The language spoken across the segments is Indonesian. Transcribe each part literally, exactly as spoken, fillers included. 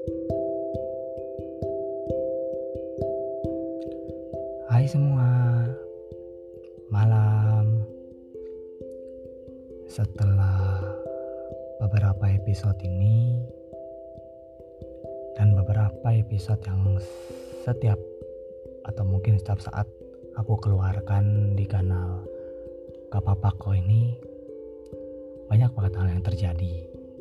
Hai semua, malam. Setelah beberapa episode ini dan beberapa episode yang setiap atau mungkin setiap saat aku keluarkan di kanal Gak Apa-apa Kok ini, banyak banget hal yang terjadi.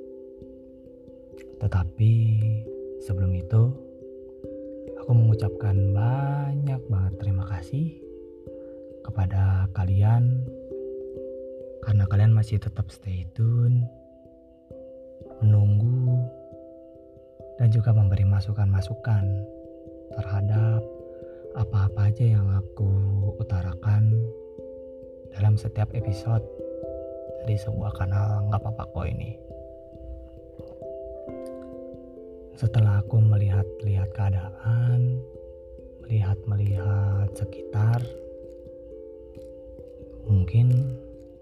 Tetapi sebelum itu, aku mengucapkan banyak banget terima kasih kepada kalian karena kalian masih tetap stay tune, menunggu, dan juga memberi masukan-masukan terhadap apa-apa aja yang aku utarakan dalam setiap episode dari sebuah kanal Gak Apa-apa Kok ini. Setelah aku melihat-lihat keadaan, melihat-melihat sekitar, mungkin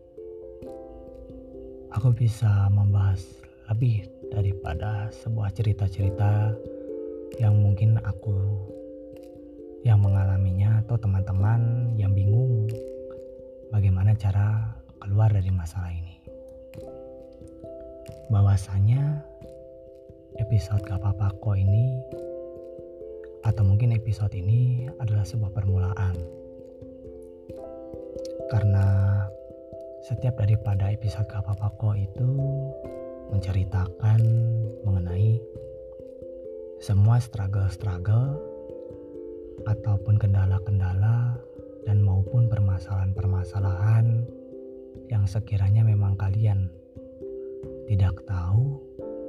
aku bisa membahas lebih daripada sebuah cerita-cerita yang mungkin aku yang mengalaminya atau teman-teman yang bingung bagaimana cara keluar dari masalah ini. Bahwasanya episode Gak Apa-apa Kok ini atau mungkin episode ini adalah sebuah permulaan, karena setiap daripada episode Gak Apa-apa Kok itu menceritakan mengenai semua struggle-struggle ataupun kendala-kendala dan maupun permasalahan-permasalahan yang sekiranya memang kalian tidak tahu,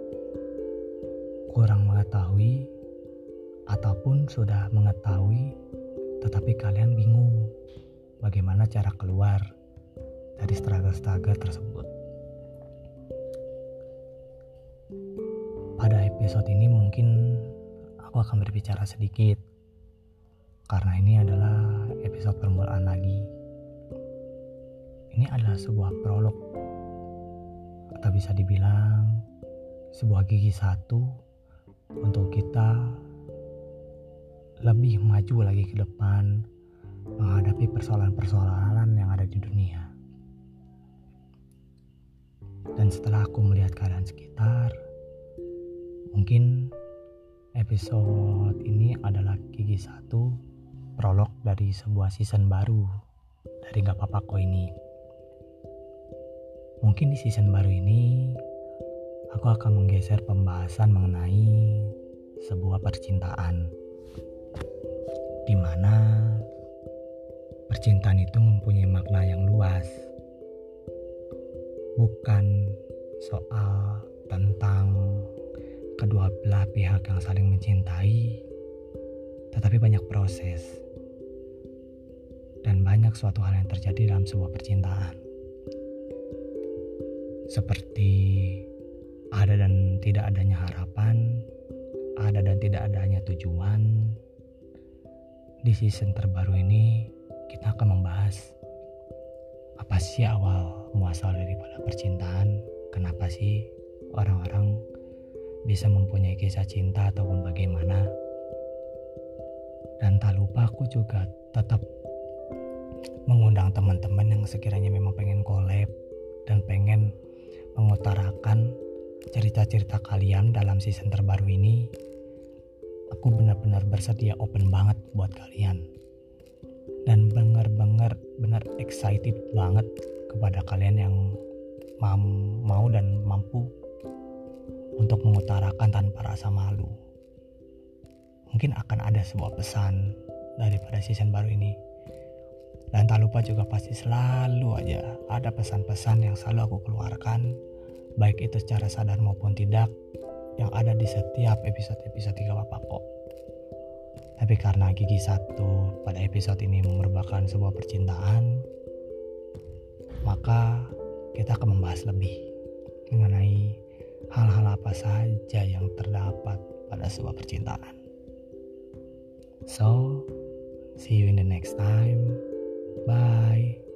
kurang mengetahui, ataupun sudah mengetahui tetapi kalian bingung bagaimana cara keluar dari struggle-struggle tersebut. Pada episode ini mungkin aku akan berbicara sedikit karena ini adalah episode permulaan lagi. Ini adalah sebuah prolog atau bisa dibilang sebuah gigi satu untuk kita lebih maju lagi ke depan menghadapi persoalan-persoalan yang ada di dunia. Dan setelah aku melihat keadaan sekitar, mungkin episode ini adalah gigi satu prolog dari sebuah season baru dari Gak Apa-apa Kok ini. Mungkin di season baru ini aku akan menggeser pembahasan mengenai sebuah percintaan, di mana percintaan itu mempunyai makna yang luas, bukan soal tentang kedua belah pihak yang saling mencintai, tetapi banyak proses dan banyak suatu hal yang terjadi dalam sebuah percintaan, seperti ada dan tidak adanya harapan, ada dan tidak adanya tujuan. Di season terbaru ini kita akan membahas apa sih awal muasal daripada percintaan, kenapa sih orang-orang bisa mempunyai kisah cinta ataupun bagaimana. Dan tak lupa aku juga tetap mengundang teman-teman yang sekiranya memang pengen collab dan pengen mengutarakan cerita-cerita kalian dalam season terbaru ini. Aku benar-benar bersedia open banget buat kalian, dan benar-benar benar excited banget kepada kalian yang mam- mau dan mampu untuk mengutarakan tanpa rasa malu. Mungkin akan ada sebuah pesan daripada season baru ini, dan tak lupa juga pasti selalu aja ada pesan-pesan yang selalu aku keluarkan, baik itu secara sadar maupun tidak, yang ada di setiap episode-episode Gak Apa-apa Kok. Tapi karena gigi satu pada episode ini merupakan sebuah percintaan, maka kita akan membahas lebih mengenai hal-hal apa saja yang terdapat pada sebuah percintaan. So, see you in the next time. Bye.